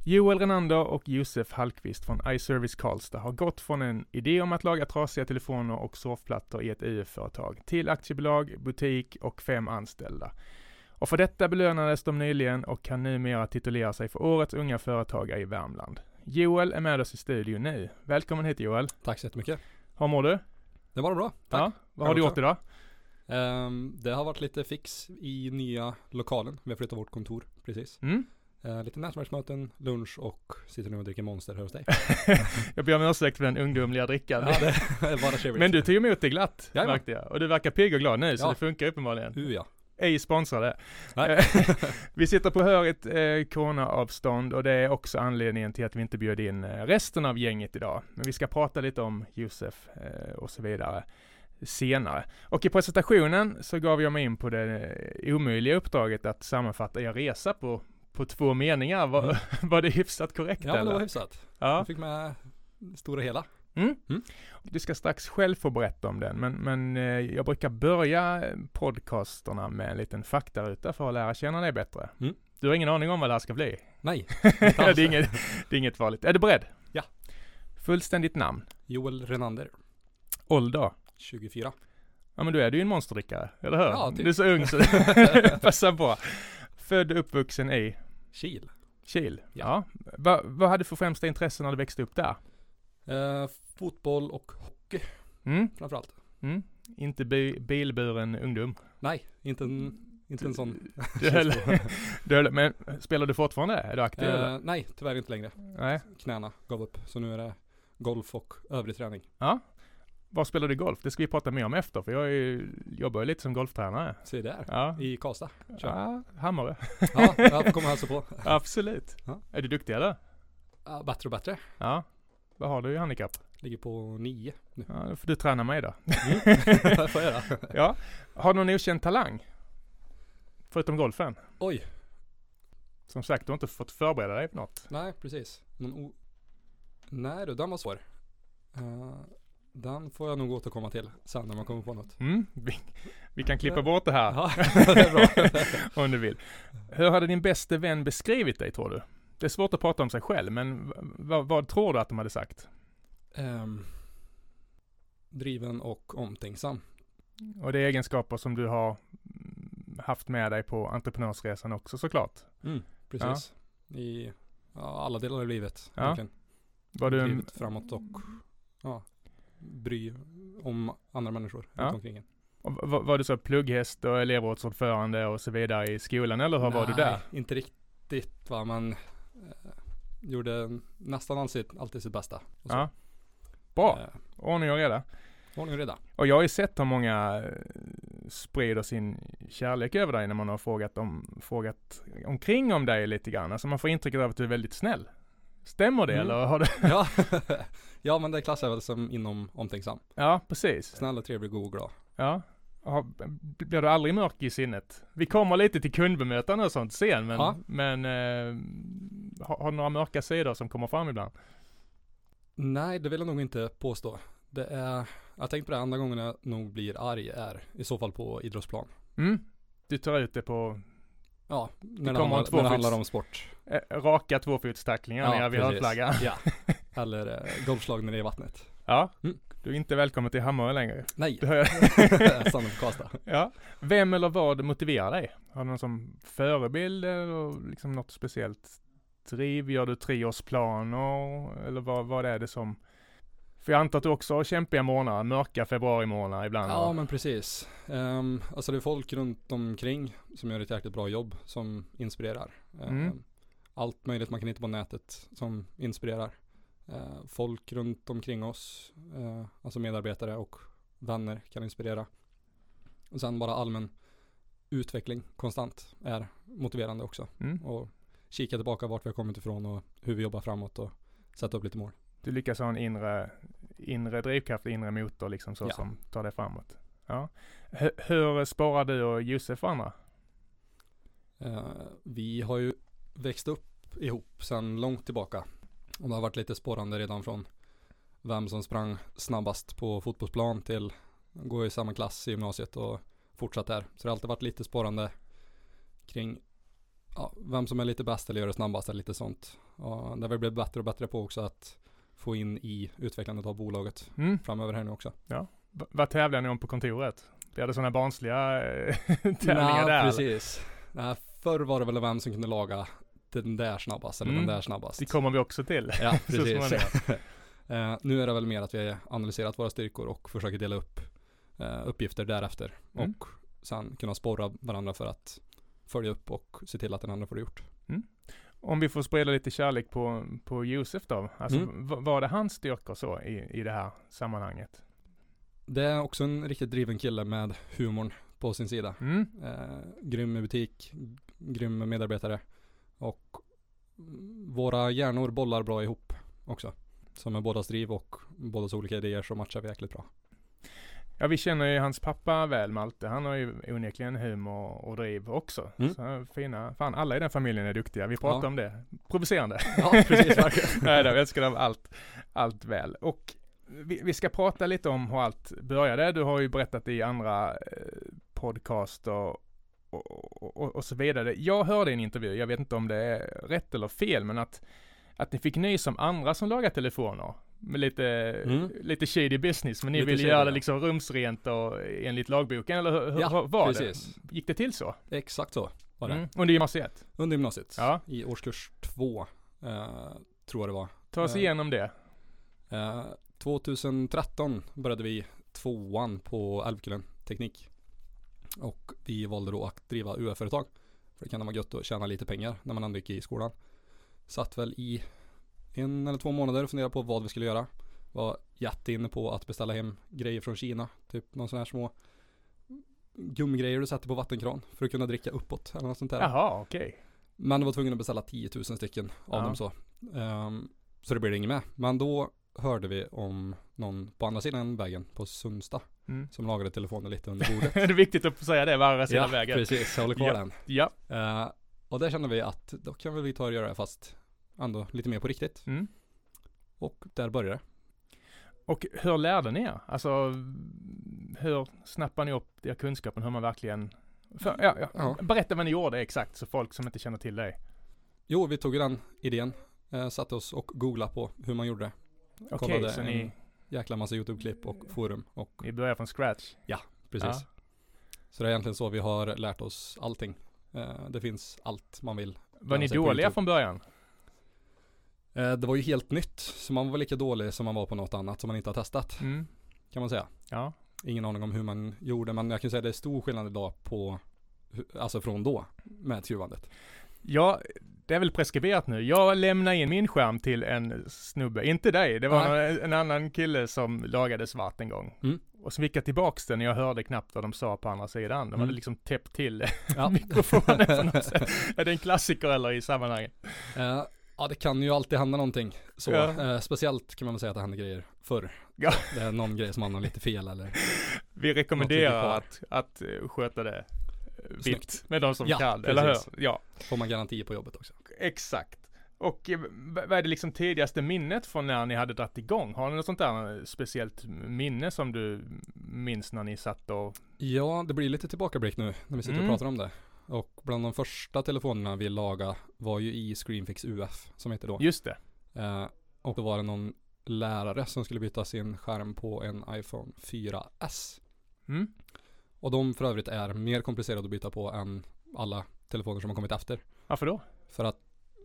Joel Renander och Josef Hallqvist från iService Karlstad har gått från en idé om att laga trasiga telefoner och surfplattor i ett UF-företag till aktiebolag, butik och 5 anställda. Och för detta belönades de nyligen och kan numera titulera sig för årets unga företagare i Värmland. Joel är med oss i studion nu. Välkommen hit Joel. Tack så jättemycket. Hur mår du? Det var bra, tack. Ja, vad har du gjort idag? Det har varit lite fix i nya lokalen. Vi har flyttat vårt kontor precis. Lite nätverksmöten, lunch och sitter nu och dricker Monster här hos dig. Jag ber om ursäkt för den ungdomliga drickan. Ja, det är bara trevligt. Men du tog emot det glatt, Jajamän. märkte jag. Och du verkar pigg och glad nu, så Ja. det funkar uppenbarligen. Ja. Ej sponsrade. Nej. Vi sitter på hörigt corona-avstånd och det är också anledningen till att vi inte bjöd in resten av gänget idag. Men vi ska prata lite om Josef och så vidare senare. Och i presentationen så gav jag mig in på det omöjliga uppdraget att sammanfatta er resa på 2 meningar. Var det hyfsat korrekt? Ja, men eller? det var hyfsat. Ja. Jag fick med stora hela. Du ska strax själv få berätta om den, men jag brukar börja podcasterna med en liten faktaruta för att lära känna dig bättre. Du har ingen aning om vad det här ska bli? Nej. det är inget farligt. Är du beredd? Ja. Fullständigt namn? Joel Renander. Ålder? 24. Ja, men du är ju en monsterdrickare, eller hur? Ja, typ. Du är så ung så passar bra. Född och uppvuxen i? Kil. Ja. Vad hade du för främsta intressen när du växte upp där? Fotboll och hockey framförallt. Inte bilburen ungdom? Nej, inte en sån. Men spelar du fortfarande? Är du aktiv? Nej, tyvärr inte längre. Nej. Knäna gav upp. Så nu är det golf och övrig träning. Ja. Var spelar du golf? Det ska vi prata mer om efter, för jag jobbar ju lite som golftränare. Se där, ja. I Karlstad. Ja, Hammarö. Ja, jag får komma och hälsa på. Absolut. Ja. Är du duktig eller? Ja, bättre och bättre. Ja. Vad har du i handikapp? Ligger på 9 nu. Ja, då får du träna mig då. Det får jag göra. Ja. Har du någon okänd talang? Förutom golfen? Oj. Som sagt, du har inte fått förbereda dig på något. Nej, precis. Nej då, den var svår. Den får jag nog återkomma till sen när man kommer på något. Vi kan klippa bort det här. Ja, det är bra. Om du vill. Hur hade din bästa vän beskrivit dig, tror du? Det är svårt att prata om sig själv, men vad tror du att de hade sagt? Driven och omtänksam. Och det är egenskaper som du har haft med dig på entreprenörsresan också, såklart. Precis. Ja. I alla delar av livet. Ja. Var du drivet framåt och bry om andra människor runt omkring en. Var du så plugghäst och elevrådsordförande och så vidare i skolan, eller hur var du där? Nej, inte riktigt va, men gjorde nästan alltid sitt bästa. Och så. Ja. Bra. Ordning och reda. Ordning och reda. Och jag har ju sett hur många sprider sin kärlek över dig när man har frågat omkring om dig lite grann. Alltså man får intrycket av att du är väldigt snäll. Stämmer det eller har du? Ja. Ja, men det klassar väl som inom omtänksam. Ja, precis. Snäll och trevlig, god och glad. Ja. Blir du aldrig mörk i sinnet? Vi kommer lite till kundbemötande och sånt sen, men har du några mörka sidor som kommer fram ibland? Nej, det vill jag nog inte påstå. Jag har tänkt på det andra gången jag nog blir arg är i så fall på idrottsplan. Du tar ut det på... Ja, när det handlar om sport. Raka 2-fotstacklingar när vi har flaggan. Ja, eller golfslag när det är i vattnet. Ja, du är inte välkommen till Hammarö längre. Nej, stannar på Karlstad. Ja. Vem eller vad motiverar dig? Har du någon som förebild eller liksom något speciellt driv? Gör du 3-årsplaner? Eller vad är det som... För jag antar att du också har kämpiga månader, mörka februari-månader ibland. Ja, men precis. Alltså det är folk runt omkring som gör ett jäkligt bra jobb som inspirerar. Allt möjligt man kan hitta på nätet som inspirerar. Folk runt omkring oss, alltså medarbetare och vänner kan inspirera. Och sen bara allmän utveckling konstant är motiverande också. Och kika tillbaka vart vi har kommit ifrån och hur vi jobbar framåt och sätta upp lite mål. Du lyckas ha en inre drivkraft, inre motor liksom så som tar det framåt. Ja. Hur sparar du och Josef andra? Vi har ju växt upp ihop sedan långt tillbaka. Och det har varit lite spårande redan från vem som sprang snabbast på fotbollsplan till gå i samma klass i gymnasiet och fortsatt där. Så det har alltid varit lite spårande kring vem som är lite bäst eller gör det snabbast eller lite sånt. Och där vi blir bättre och bättre på också att få in i utvecklandet av bolaget framöver här nu också. Ja. Vad tävlar ni om på kontoret? Blir det sådana barnsliga tävlingar där? Precis. Förr var det väl vem som kunde laga den där snabbast eller den där snabbast. Det kommer vi också till. Ja, precis. Nu är det väl mer att vi har analyserat våra styrkor och försöker dela upp uppgifter därefter. Och sen kunna sporra varandra för att följa upp och se till att den andra får det gjort. Om vi får sprida lite kärlek på Josef då. Alltså, vad är hans styrkor så i det här sammanhanget? Det är också en riktigt driven kille med humorn på sin sida. Grym i butik, grym medarbetare. Och våra hjärnor bollar bra ihop också. Som är bådas driv och bådas olika idéer så matchar vi jäkligt bra. Ja, vi känner ju hans pappa väl, Malte. Han har ju onekligen humor och driv också. Så fina. Fan, alla i den familjen är duktiga. Vi pratar om det. Provocerande. Ja, precis. Verkligen. Nej då, jag älskar dem allt väl. Och vi ska prata lite om hur allt började. Du har ju berättat i andra podcaster och så vidare. Jag hörde i en intervju, jag vet inte om det är rätt eller fel, men att ni fick ny som andra som lagar telefoner. Med lite shady business, men ni ville göra det liksom rumsrent och enligt lagboken, eller hur var precis. det? Gick det till så? Exakt så var det. Under gymnasiet? Under gymnasiet. Ja. I årskurs 2 tror jag det var. Ta oss igenom det. 2013 började vi 2:an på Älvkullen teknik. Och vi valde då att driva UF-företag. För det kan vara gött att tjäna lite pengar när man ändå gick i skolan. Satt väl i 1 eller 2 månader och funderade på vad vi skulle göra. Var jätteinne på att beställa hem grejer från Kina. Typ någon sån här små gummigrejer du sätter på vattenkran för att kunna dricka uppåt eller något sånt där. Jaha, okej. Men du var tvungen att beställa 10 000 stycken av dem så. Så det blev det inget med. Men då hörde vi om någon på andra sidan vägen på Sundsta som lagade telefoner lite under bordet. Det är viktigt att säga det, andra sidan vägen. Ja, precis. Jag håller kvar den. Ja. Och där kände vi att då kan vi ta och göra det fast ändå lite mer på riktigt. Och där började det. Och hur lärde ni er? Alltså, hur snappade ni upp er kunskapen, hur man verkligen... Berätta vad ni gjorde exakt, så folk som inte känner till dig. Jo, vi tog den idén, satte oss och googlade på hur man gjorde det. Okej, så ni... jäkla massa YouTube-klipp och forum. Och... Ni börjar från scratch? Ja, precis. Ja. Så det är egentligen så vi har lärt oss allting. Det finns allt man vill. Var ni dåliga från början? Det var ju helt nytt, så man var lika dålig som man var på något annat som man inte har testat. Kan man säga. Ja. Ingen aning om hur man gjorde, men jag kan säga att det är stor skillnad idag på, alltså från då med skruvandet. Ja, det är väl preskriberat nu. Jag lämnar in min skärm till en snubbe, inte dig. Det var en annan kille som lagade svart en gång. Och så gick jag tillbaks den och jag hörde knappt vad de sa på andra sidan. De hade liksom täppt till mikrofonen på något sätt. Är det en klassiker eller i sammanhanget? Ja, det kan ju alltid hända någonting. Så, speciellt kan man väl säga att det händer grejer förr. Ja. Det är någon grej som man har lite fel eller... Vi rekommenderar att sköta det vitt med de som kan, eller hur? Ja. Får man garanti på jobbet också. Exakt. Och vad är det liksom tidigaste minnet från när ni hade dratt igång? Har ni något sånt där speciellt minne som du minns när ni satt och... Ja, det blir lite tillbakablick nu när vi sitter och pratar om det. Och bland de första telefonerna vi lagade var ju i Screenfix UF som heter då. Just det. Och då var det någon lärare som skulle byta sin skärm på en iPhone 4S. Och de för övrigt är mer komplicerade att byta på än alla telefoner som har kommit efter. Varför då? För att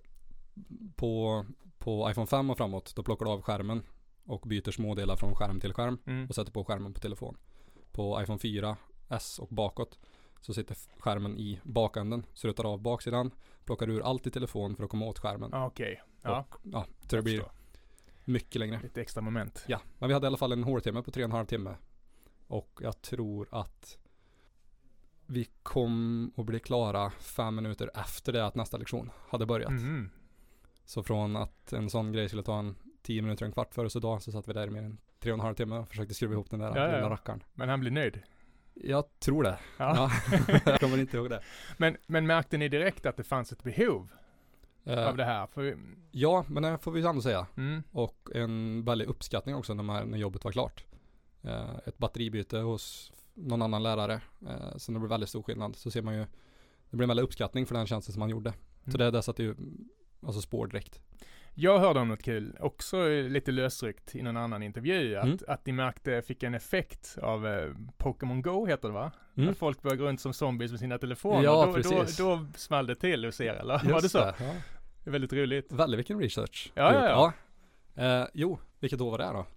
på iPhone 5 och framåt då plockar du av skärmen och byter små delar från skärm till skärm och sätter på skärmen på telefon. På iPhone 4S och bakåt så sitter skärmen i bakänden, så du tar av baksidan, plockar ur allt i telefon för att komma åt skärmen. Okej. Ja. Ja, så det blir mycket längre. Lite extra moment. Ja, men vi hade i alla fall en hårtimme på 3,5 timme. Och jag tror att vi kom att bli klara 5 minuter efter det att nästa lektion hade börjat. Så från att en sån grej skulle ta en 10 minuter, en kvart före så dag, så satt vi där mer än 3,5 timmar och försökte skruva ihop den där lilla rackaren. Men han blir nöjd? Jag tror det. Ja. Jag kommer inte ihåg det. Men märkte ni direkt att det fanns ett behov av det här? Ja, men det får vi ändå säga. Och en väldig uppskattning också när jobbet var klart. Ett batteribyte hos någon annan lärare. Så det blir väldigt stor skillnad. Så ser man ju det blev en väldigt uppskattning för den tjänsten som man gjorde. Så det satt ju alltså spår direkt. Jag hörde om något kul, också lite lösryckt i någon annan intervju, att ni fick en effekt av Pokémon Go heter det va? Att folk började gå runt som zombies med sina telefoner. Ja, då small det till hos er, eller? Just var det så? Ja. Det är väldigt roligt. Väldigt vilken research. Ja. Jo, vilket år var det då?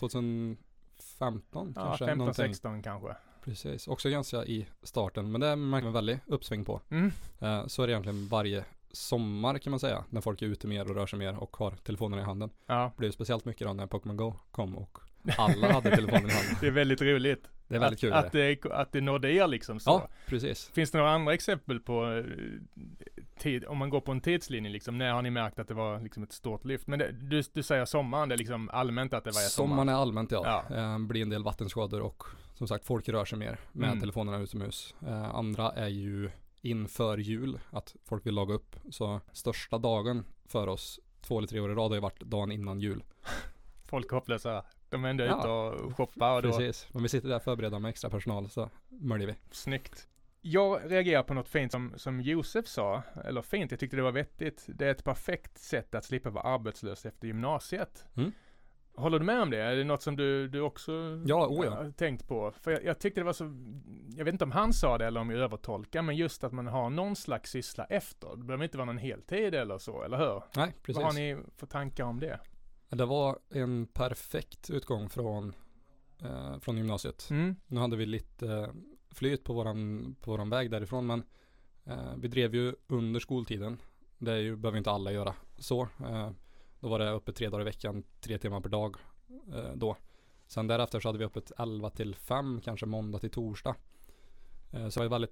2015 kanske? 15-16 kanske. Precis, också ganska i starten, men det märker man väldigt uppsving på. Så är det egentligen varje sommar kan man säga, när folk är ute mer och rör sig mer och har telefonen i handen. Det blev speciellt mycket då när Pokémon Go kom och alla hade telefonen i handen. Det är väldigt roligt. Det är väldigt kul. Att det nådde er liksom så. Ja, precis. Finns det några andra exempel på tid, om man går på en tidslinje liksom, när har ni märkt att det var liksom ett stort lyft? Men du säger sommaren, det är liksom allmänt att det var sommaren är allmänt, ja. Blir en del vattenskador och som sagt folk rör sig mer med telefonerna utomhus. Andra är ju inför jul, att folk vill laga upp. Så största dagen för oss 2 eller 3 år i rad har ju varit dagen innan jul. Folk hopplösa. De är ändå ute och shoppar. Och precis. Om vi sitter där förberedda med extra personal så möljer vi. Snyggt. Jag reagerar på något fint som Josef sa. Eller fint, jag tyckte det var vettigt. Det är ett perfekt sätt att slippa vara arbetslös efter gymnasiet. Håller du med om det? Är det något som du också har tänkt på? För jag tyckte det var så, jag vet inte om han sa det eller om jag övertolkar, men just att man har någon slags syssla efter. Det behöver inte vara någon heltid eller så, eller hur? Nej, precis. Vad har ni för tankar om det? Det var en perfekt utgång från gymnasiet. Nu hade vi lite flyt på våran väg därifrån, men vi drev ju under skoltiden. Det behöver inte alla göra så. Då var det öppet 3 dagar i veckan, 3 timmar per dag då. Sen därefter så hade vi öppet 11-5, kanske måndag till torsdag. Så det var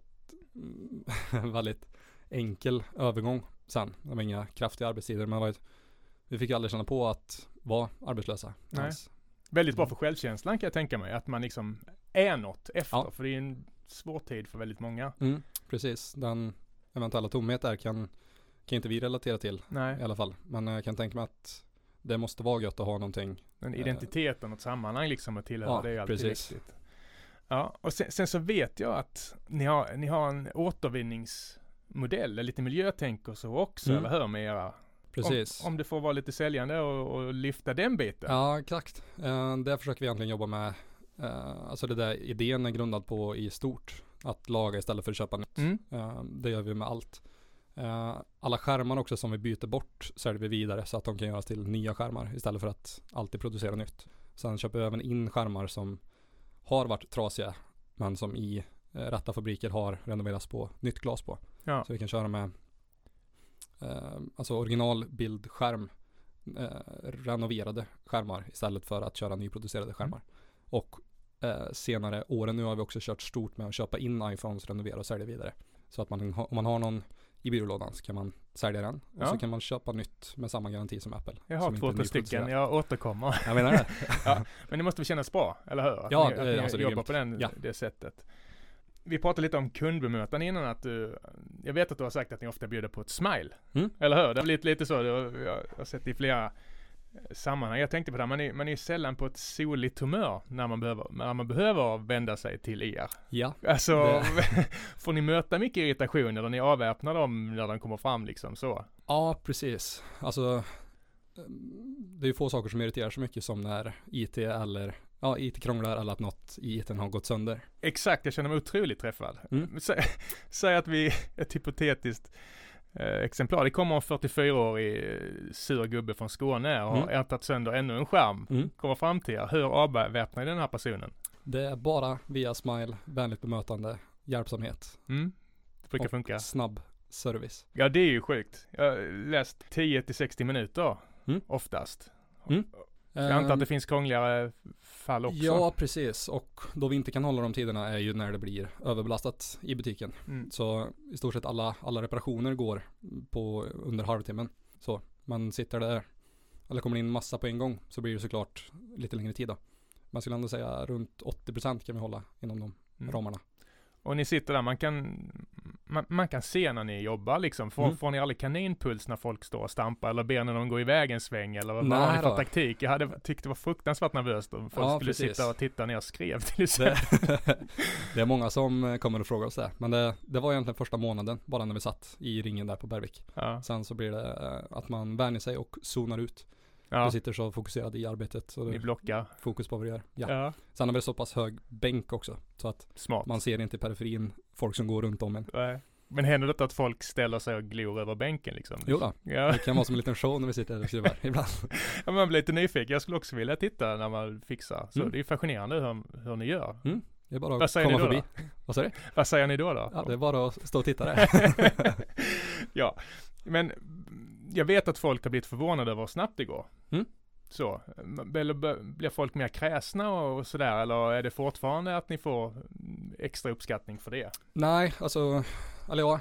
väldigt enkel övergång sen. Det var inga kraftiga arbetstider, men vi fick ju aldrig känna på att vara arbetslösa. Nej. Väldigt bra för självkänslan kan jag tänka mig, att man liksom är något efter, för det är en svår tid för väldigt många. Precis, den eventuella tomhet där kan inte vi relatera till. Nej. I alla fall. Men jag kan tänka mig att det måste vara gött att ha någonting. En identitet och något sammanhang liksom att tillhöra, det är alltid viktigt. Ja, och sen så vet jag att ni har en återvinningsmodell, lite miljötänk och så också, eller hur, med era... Precis. Om det får vara lite säljande och lyfta den biten. Ja, exakt. Det försöker vi egentligen jobba med. Alltså det där idén är grundad på i stort. Att laga istället för att köpa nytt. Det gör vi med allt. Alla skärmar också som vi byter bort säljer vi vidare så att de kan göras till nya skärmar istället för att alltid producera nytt. Sen köper vi även in skärmar som har varit trasiga men som i rätta fabriker har renoverats på nytt glas på. Ja. Så vi kan köra med alltså originalbildskärm, renoverade skärmar istället för att köra nyproducerade skärmar. Och senare åren nu har vi också kört stort med att köpa in iPhones, renovera och sälja vidare. Så att om man har någon i byrålådan så kan man sälja den och så kan man köpa nytt med samma garanti som Apple. Jag har 2 stycken, jag återkommer. Jag menar det. Men det måste väl kännas bra, eller hur? Att ni jobbar på det sättet. Vi pratade lite om kundbemötande innan, att jag vet att du har sagt att ni ofta bjuder på ett smile. Eller hur? Det har blivit lite så, jag har sett det i flera sammanhang. Jag tänkte på det här, man är ju sällan på ett soligt humör när man behöver vända sig till er. Ja. Alltså, får ni möta mycket irritation eller ni avväpnar dem när de kommer fram liksom så? Ja, precis. Alltså, det är ju få saker som irriterar så mycket som när IT krånglar eller att något i IT har gått sönder. Exakt, jag känner mig otroligt träffad. Säg att vi ett hypotetiskt exemplar. Det kommer en 44-årig sur gubbe från Skåne och har tagit sönder ännu en skärm. Kommer fram till er. Hur avväpnar den här personen? Det är bara via smile, vänligt bemötande, hjälpsamhet. Det brukar funka. Snabb service. Ja, det är ju sjukt. Jag har läst 10-60 minuter oftast. Jag antar att det finns krångligare fall också. Ja, precis. Och då vi inte kan hålla de tiderna är ju när det blir överbelastat i butiken. Så i stort sett alla reparationer går på under halvtimmen. Så man sitter där eller kommer in massa på en gång så blir det såklart lite längre tid då. Man skulle ändå säga runt 80% kan vi hålla inom de ramarna. Och ni sitter där, man kan se när ni jobbar liksom. Får ni aldrig kaninpuls när folk står och stampar eller ber när de går iväg en sväng eller vad har ni för taktik? Jag hade tyckt det var fruktansvärt nervöst om folk skulle sitta och titta ner och skrev till exempel. Det är många som kommer och frågar oss det. Men det var egentligen första månaden bara när vi satt i ringen där på Bergvik. Ja. Sen så blir det att man vänjer sig och zonar ut. Ja. Du sitter så fokuserad i arbetet. Så ni blockar. Fokus på vad vi gör. Ja. Ja. Sen har vi så pass hög bänk också. Så att man ser inte i periferin folk som går runt om en. Nej. Men händer det att folk ställer sig och glor över bänken liksom? Jo då. Ja. Det kan vara som en liten show när vi sitter där och skriver ibland. Ja, man blir lite nyfiken. Jag skulle också vilja titta när man fixar. Så det är fascinerande hur ni gör. Mm. Det är bara att komma förbi. Vad säger du? Vad säger ni då? Ja, det är bara att stå och titta där. Ja, men jag vet att folk har blivit förvånade över hur snabbt det går. Mm. Så, blir folk mer kräsna och sådär, eller är det fortfarande att ni får extra uppskattning för det? Nej, alltså, eller ja,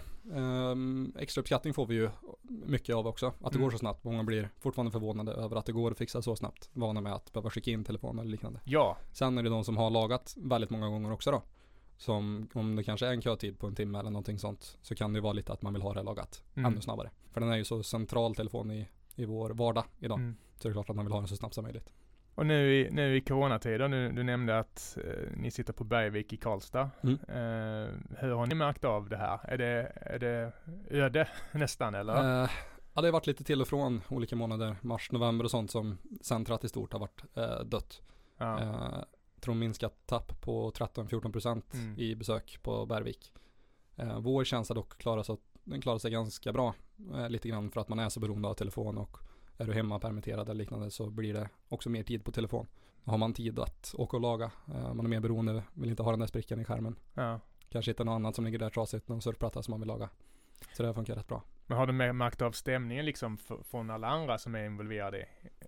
extra uppskattning får vi ju mycket av också. Att det går så snabbt. Många blir fortfarande förvånade över att det går att fixa så snabbt. Vana med att behöva skicka in telefon eller liknande. Ja. Sen är det de som har lagat väldigt många gånger också då. Som om det kanske är en kötid på en timme eller någonting sånt, så kan det ju vara lite att man vill ha det lagat ännu snabbare. För den är ju så central telefon i vår vardag idag. Så det är klart att man vill ha den så snabbt som möjligt. Och nu i coronatider, du nämnde att ni sitter på Bergvik i Karlstad. Hur har ni märkt av det här? Är det öde nästan eller? Ja, det har varit lite till och från olika månader, mars, november och sånt som centrat i stort har varit dött. Ja. Tror minskat tapp på 13-14% i besök på Bergvik. Vår tjänst har dock klarat sig ganska bra. Lite grann för att man är så beroende av telefon, och är du hemma permitterad eller liknande så blir det också mer tid på telefon. Har man tid att åka och laga, man är mer beroende, vill inte ha den där sprickan i skärmen. Ja. Kanske hitta något annat som ligger där trasigt, någon surfplatta som man vill laga. Så det funkar rätt bra. Men har du märkt av stämningen liksom från alla andra som är involverade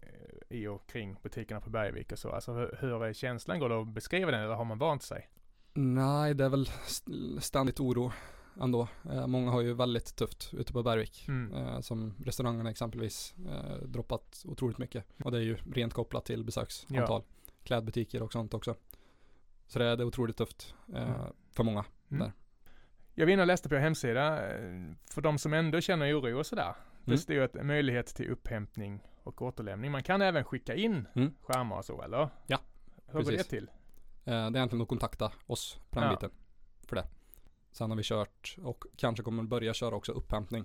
i och kring butikerna på Bergvik och så? Alltså hur är känslan? Går det att beskriva den eller har man vant sig? Nej, det är väl ständigt oro ändå. Många har ju väldigt tufft ute på Bergvik. Som restaurangerna exempelvis droppat otroligt mycket. Och det är ju rent kopplat till besöksantal. Ja. Klädbutiker och sånt också. Så det är otroligt tufft för många där. Jag var inne och läste på er hemsida. För de som ändå känner oro och sådär. Det står ju en möjlighet till upphämtning och återlämning. Man kan även skicka in skärmar och så, eller? Ja, hur går det till? Det är egentligen att kontakta oss på den biten för det. Sen har vi kört och kanske kommer börja köra också upphämtning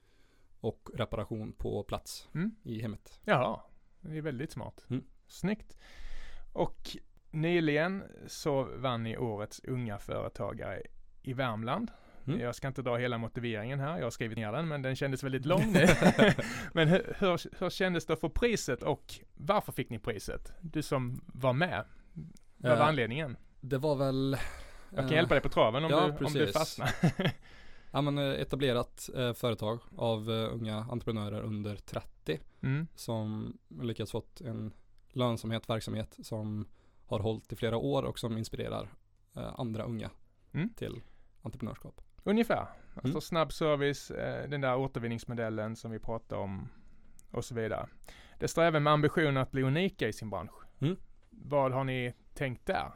och reparation på plats i hemmet. Ja, det är väldigt smart. Snyggt. Och nyligen så vann ni årets unga företagare i Värmland. Jag ska inte dra hela motiveringen här. Jag har skrivit ner den, men den kändes väldigt lång nu. Men hur kändes det att få priset och varför fick ni priset? Du som var med. Vad var anledningen? Det var väl... Jag kan hjälpa dig på traven om du fastnar. Ja, men etablerat företag av unga entreprenörer under 30 som lyckats fått en verksamhet som har hållit i flera år och som inspirerar andra unga till entreprenörskap. Ungefär. Alltså snabb service, den där återvinningsmodellen som vi pratar om och så vidare. Det står även med ambitionen att bli unika i sin bransch. Vad har ni tänkt där?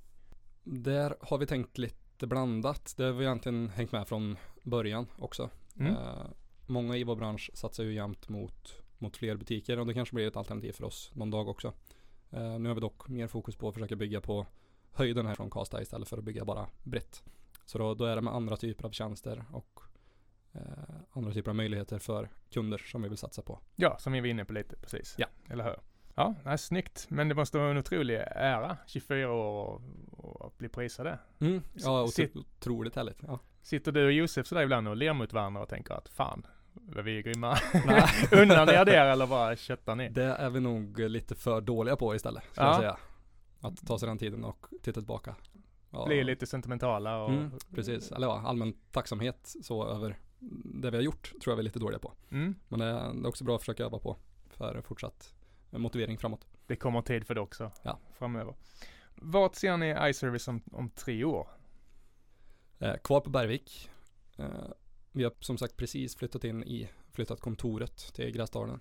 Där har vi tänkt lite blandat. Det har vi egentligen hängt med från början också. Många i vår bransch satsar ju jämt mot fler butiker och det kanske blir ett alternativ för oss någon dag också. Nu har vi dock mer fokus på att försöka bygga på höjden här från Karlstad istället för att bygga bara brett. Så då är det med andra typer av tjänster och andra typer av möjligheter för kunder som vi vill satsa på. Ja, som vi var inne på lite precis. Ja. Eller hur? Ja, det är snyggt. Men det måste vara en otrolig ära, 24 år och bli prisade. Ja, otroligt härligt. Ja. Sitter du och Josef sådär ibland och ler mot varandra och tänker att fan, vi är grymma. Undrar ni det eller bara köttar ni? Det är vi nog lite för dåliga på istället, ska jag säga. Att ta sig den tiden och titta tillbaka. Ja. Blir lite sentimentala. Och precis, eller allmän tacksamhet så över det vi har gjort tror jag vi är lite dåliga på. Men det är också bra att försöka öva på för fortsatt motivering framåt. Det kommer tid för det också framöver. Vart ser ni iService om 3 år? Kvar på Bergvik. Vi har som sagt precis flyttat kontoret till Gräsdalen.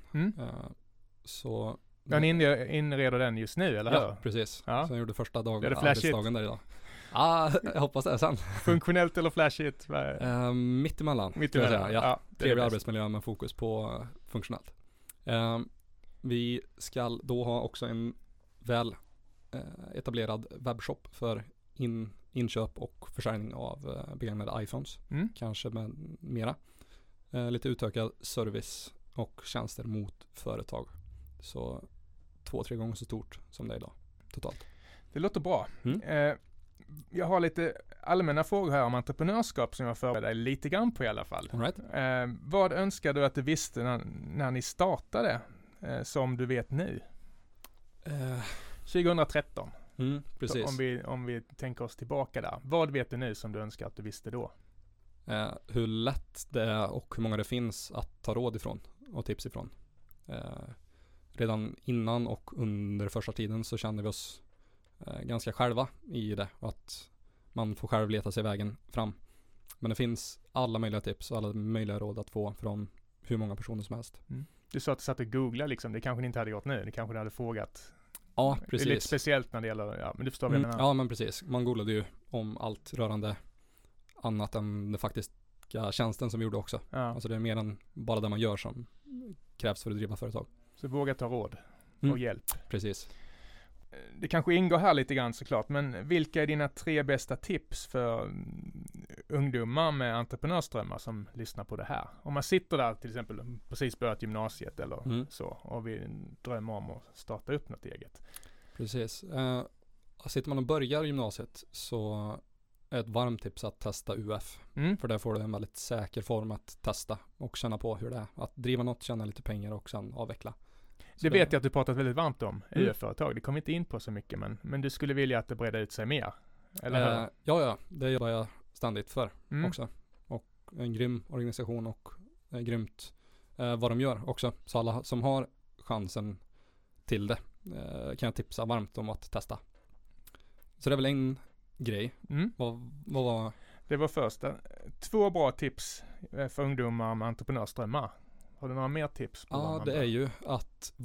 Så ni inreder den just nu, eller hur? Ja, precis. Ja. Så jag gjorde första arbetsdagen där idag. Jag hoppas det sen. Funktionellt eller flashigt? Mittemellan. Ja, trevlig arbetsmiljö med fokus på funktionellt. Vi ska då ha också en väl etablerad webbshop för inköp och försäljning av begagnade iPhones. Kanske med mera. Lite utökad service och tjänster mot företag. Så 2-3 gånger så stort som det är idag totalt. Det låter bra. Jag har lite allmänna frågor här om entreprenörskap som jag förbereder dig lite grann på i alla fall. All right. Vad önskar du att du visste när ni startade som du vet nu? 2013. Precis. Om vi tänker oss tillbaka där. Vad vet du nu som du önskar att du visste då? Hur lätt det är och hur många det finns att ta råd ifrån och tips ifrån. Redan innan och under första tiden så kände vi oss ganska själva i det och att man får själv leta sig vägen fram. Men det finns alla möjliga tips och alla möjliga råd att få från hur många personer som helst. Du sa att du satt och googlade liksom. Det kanske ni inte hade gjort nu. Det kanske du hade frågat. Ja, precis. Det är lite speciellt när det gäller, men du förstår vad jag menar. Ja, men precis. Man googlade ju om allt rörande annat än den faktiska tjänsten som vi gjorde också. Ja. Alltså det är mer än bara det man gör som krävs för att driva företag. Så våga ta råd och hjälp. Precis. Det kanske ingår här lite grann såklart, men vilka är dina 3 bästa tips för ungdomar med entreprenörsdrömmar som lyssnar på det här? Om man sitter där till exempel precis börjat gymnasiet eller så och vi drömmer om att starta upp något eget. Precis. Sitter man och börjar gymnasiet så är ett varmt tips att testa UF. För där får du en väldigt säker form att testa och känna på hur det är. Att driva något, tjäna lite pengar och sen avveckla. Det vet jag att du pratat väldigt varmt om, UF-företag. Det kommer inte in på så mycket, men du skulle vilja att det breder ut sig mer? Eller ja, det jobbar jag ständigt för också. Och en grym organisation och grymt vad de gör också. Så alla som har chansen till det kan jag tipsa varmt om att testa. Så det är väl en grej. Vad var... Det var första. 2 bra tips för ungdomar med entreprenörsdrömmar. Har du några mer tips? Ja, det är ju att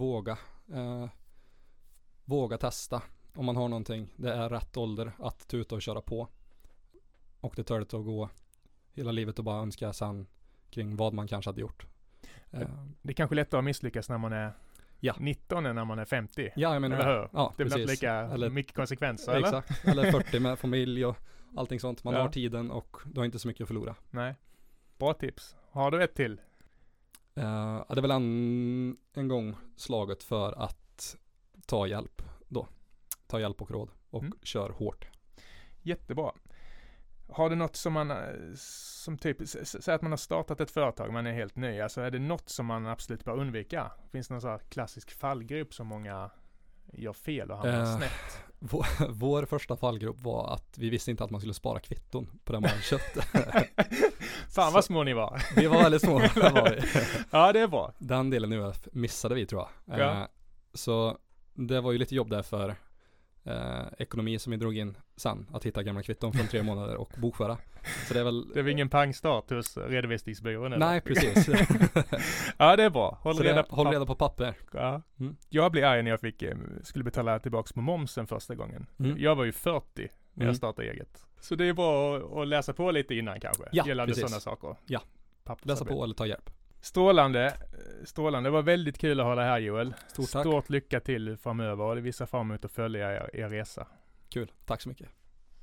våga testa om man har någonting. Det är rätt ålder att tuta och köra på. Och det tar det att gå hela livet och bara önska sen kring vad man kanske hade gjort. Det är kanske lättare att misslyckas när man är 19 än när man är 50. Ja, jag menar det. Ja, det blir inte lika mycket konsekvenser, eller? Exakt. Eller 40 med familj och allting sånt. Man har tiden och du har inte så mycket att förlora. Nej. Bra tips. Har du ett till? Det är väl en gång slaget för att ta hjälp då. Ta hjälp och råd och kör hårt. Jättebra. Har du något som man, som typ, säg att man har startat ett företag, man är helt ny. Alltså är det något som man absolut bör undvika? Finns det någon sån här klassisk fallgrupp som många gör fel och hamnar snett? Vår första fallgrupp var att vi visste inte att man skulle spara kvitton på det man köpte. Fan vad små ni var. Vi var väldigt små. Ja, det är bra. Den delen nu missade vi, tror jag. Så det var ju lite jobb där för ekonomi som vi drog in sen. Att hitta gamla kvitton från 3 månader och bokföra. Så det är väl... Det är ingen pangstart hos redovisningsbyrån? Eller? Nej, precis. Ja, det är bra. Håll reda på papper. Ja. Jag blev arg när jag skulle betala tillbaka på momsen första gången. Jag var ju 40 när jag startade eget. Så det är bra att läsa på lite innan kanske. Gällande sådana saker. Ja, läsa på eller ta hjälp. Strålande. Det var väldigt kul att ha dig här, Joel. Stort tack. Stort lycka till framöver. Det visar fram emot att följa er resa. Kul. Tack så mycket.